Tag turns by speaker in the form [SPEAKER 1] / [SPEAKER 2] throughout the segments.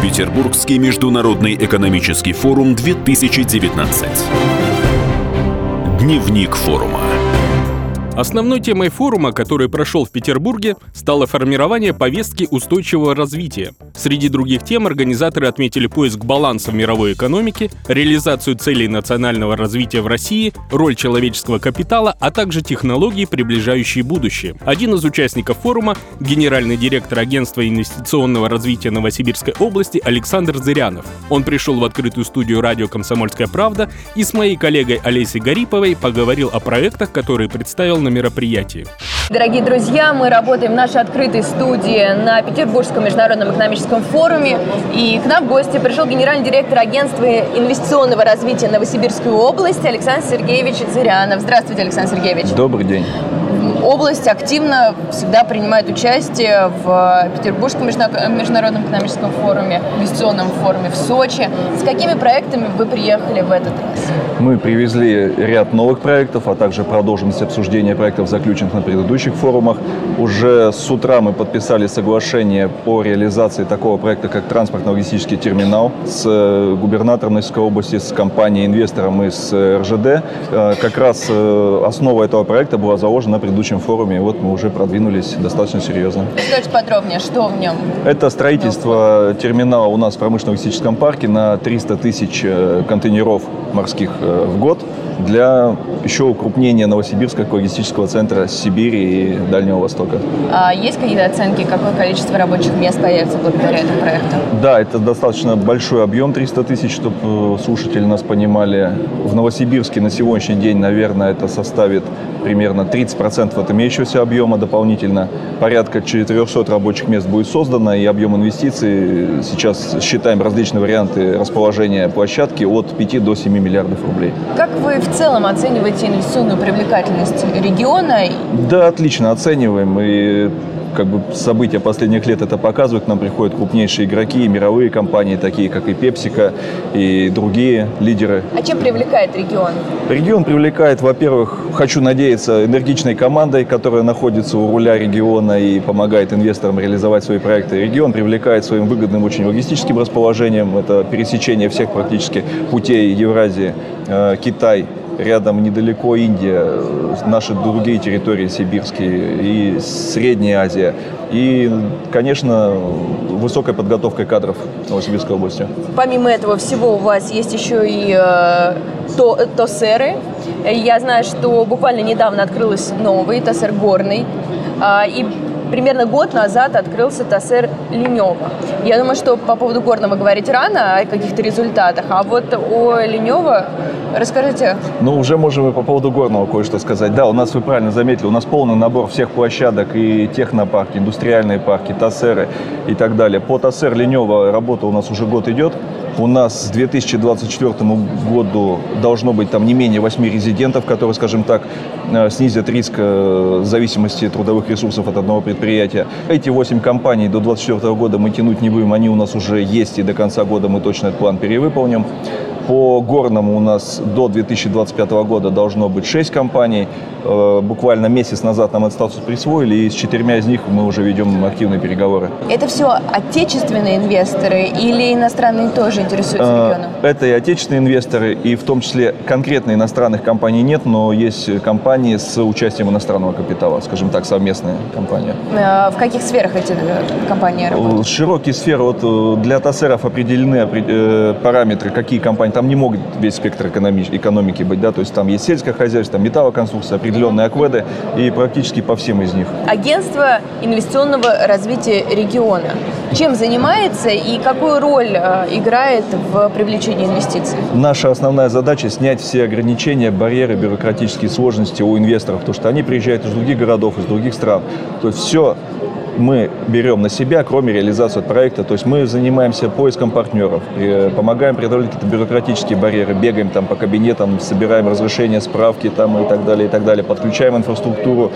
[SPEAKER 1] Петербургский международный экономический форум 2019. Дневник форума.
[SPEAKER 2] Основной темой форума, который прошел в Петербурге, стало формирование повестки устойчивого развития. Среди других тем организаторы отметили поиск баланса в мировой экономике, реализацию целей национального развития в России, роль человеческого капитала, а также технологии, приближающие будущее. Один из участников форума – генеральный директор Агентства инвестиционного развития Новосибирской области Александр Зырянов. Он пришел в открытую студию радио «Комсомольская правда» и с моей коллегой Олесей Гариповой поговорил о проектах, которые представил на мероприятии.
[SPEAKER 3] Дорогие друзья, мы работаем в нашей открытой студии на Петербургском международном экономическом форуме. И к нам в гости пришел генеральный директор Агентства инвестиционного развития Новосибирской области Александр Сергеевич Зырянов. Здравствуйте, Александр Сергеевич.
[SPEAKER 4] Добрый день.
[SPEAKER 3] Область активно всегда принимает участие в Петербургском международном экономическом форуме, инвестиционном форуме в Сочи. С какими проектами вы приехали в этот раз?
[SPEAKER 4] Мы привезли ряд новых проектов, а также продолженность обсуждения проектов, заключенных на предыдущих форумах. Уже с утра мы подписали соглашение по реализации такого проекта, как транспортно-логистический терминал с губернатором Новосибирской области, с компанией-инвестором и с РЖД. Как раз основа этого проекта была заложена на предыдущем форуме, и вот мы уже продвинулись достаточно серьезно.
[SPEAKER 3] Расскажите подробнее, что в нем?
[SPEAKER 4] Это строительство терминала у нас в промышленно-логистическом парке на 300 тысяч контейнеров морских в год для еще укрупнения Новосибирского логистического центра Сибири и Дальнего Востока.
[SPEAKER 3] А есть какие-то оценки, какое количество рабочих мест появится благодаря этому проекту?
[SPEAKER 4] Да, это достаточно большой объем, 300 тысяч, чтобы слушатели нас понимали. В Новосибирске на сегодняшний день, наверное, это составит примерно 30% от имеющегося объема дополнительно. Порядка 400 рабочих мест будет создано, и объем инвестиций, сейчас считаем различные варианты расположения площадки, от 5 до 7 миллиардов рублей.
[SPEAKER 3] Как вы в целом оцениваете инвестиционную привлекательность региона?
[SPEAKER 4] Да, отлично оцениваем. И события последних лет это показывают. К нам приходят крупнейшие игроки, и мировые компании, такие как и PepsiCo, и другие лидеры.
[SPEAKER 3] А чем привлекает регион?
[SPEAKER 4] Регион привлекает, во-первых, хочу надеяться, энергичной командой, которая находится у руля региона и помогает инвесторам реализовать свои проекты. Регион привлекает своим выгодным очень логистическим расположением. Это пересечение всех практически путей Евразии, Китай. Рядом недалеко Индия, наши другие территории сибирские и Средняя Азия. И, конечно, высокая подготовка кадров Новосибирской области. Помимо
[SPEAKER 3] этого всего у вас есть еще и ТОСЭРы. Я знаю, что буквально недавно открылся новый ТОСЭР Горный. И примерно год назад открылся ТОСЭР Линёва. Я думаю, что по поводу Горного говорить рано, о каких-то результатах, а вот о Линёва расскажите.
[SPEAKER 4] Уже можем и по поводу Горного кое-что сказать. Да, у нас, вы правильно заметили, у нас полный набор всех площадок, и технопарки, индустриальные парки, ТОСЭРы и так далее. По ТОСЭР Линёва работа у нас уже год идет. У нас к 2024 году должно быть там не менее 8 резидентов, которые, скажем так, снизят риск зависимости трудовых ресурсов от одного предприятия. Эти 8 компаний до 2024 года мы тянуть не будем, они у нас уже есть, и до конца года мы точно этот план перевыполним. По Горному у нас до 2025 года должно быть 6 компаний. Буквально месяц назад нам этот статус присвоили, и с 4 из них мы уже ведем активные переговоры.
[SPEAKER 3] Это все отечественные инвесторы или иностранные тоже интересуются регионом?
[SPEAKER 4] Это и отечественные инвесторы, и в том числе конкретно иностранных компаний нет, но есть компании с участием иностранного капитала, скажем так, совместные компании.
[SPEAKER 3] В каких сферах эти компании работают?
[SPEAKER 4] Широкие сферы. Вот для ТОСЭРов определены параметры, какие компании. Там не могут весь спектр экономики быть, да, то есть там есть сельское хозяйство, металлоконструкция, определенные акведы, и практически по всем из них.
[SPEAKER 3] Агентство инвестиционного развития региона. Чем занимается и какую роль играет в привлечении инвестиций?
[SPEAKER 4] Наша основная задача – снять все ограничения, барьеры, бюрократические сложности у инвесторов, потому что они приезжают из других городов, из других стран. То есть все мы берем на себя, кроме реализации проекта. То есть мы занимаемся поиском партнеров, помогаем преодолеть какие-то бюрократические барьеры, бегаем там по кабинетам, собираем разрешения, справки там, и так далее, подключаем инфраструктуру,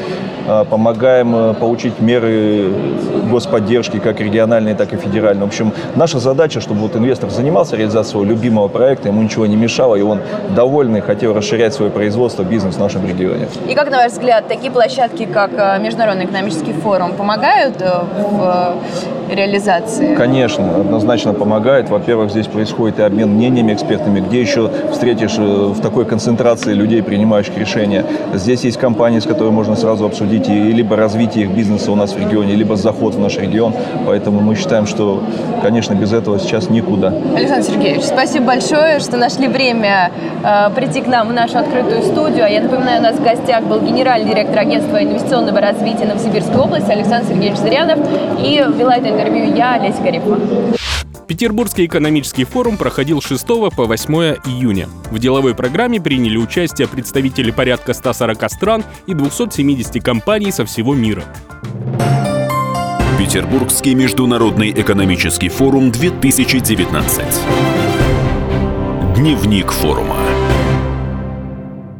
[SPEAKER 4] помогаем получить меры господдержки, как региональные, так и федеральные. В общем, наша задача, чтобы вот инвестор занимался реализацией своего любимого проекта, ему ничего не мешало, и он довольный, хотел расширять свое производство, бизнес в нашем регионе.
[SPEAKER 3] И как, на ваш взгляд, такие площадки, как Международный экономический форум, помогают помогают в реализации?
[SPEAKER 4] Конечно, однозначно помогает. Во-первых, здесь происходит и обмен мнениями экспертными, где еще встретишь в такой концентрации людей, принимающих решения. Здесь есть компании, с которыми можно сразу обсудить и либо развитие их бизнеса у нас в регионе, либо заход в наш регион. Поэтому мы считаем, что, конечно, без этого сейчас никуда.
[SPEAKER 3] Александр Сергеевич, спасибо большое, что нашли время прийти к нам в нашу открытую студию. А я напоминаю, у нас в гостях был генеральный директор агентства инвестиционного развития Новосибирской области Александр Сергеевич Зырянов, и вела это интервью я, Олеся Гарипова.
[SPEAKER 2] Петербургский экономический форум проходил с 6 по 8 июня. В деловой программе приняли участие представители порядка 140 стран и 270 компаний со всего мира.
[SPEAKER 1] Петербургский международный экономический форум 2019. Дневник форума.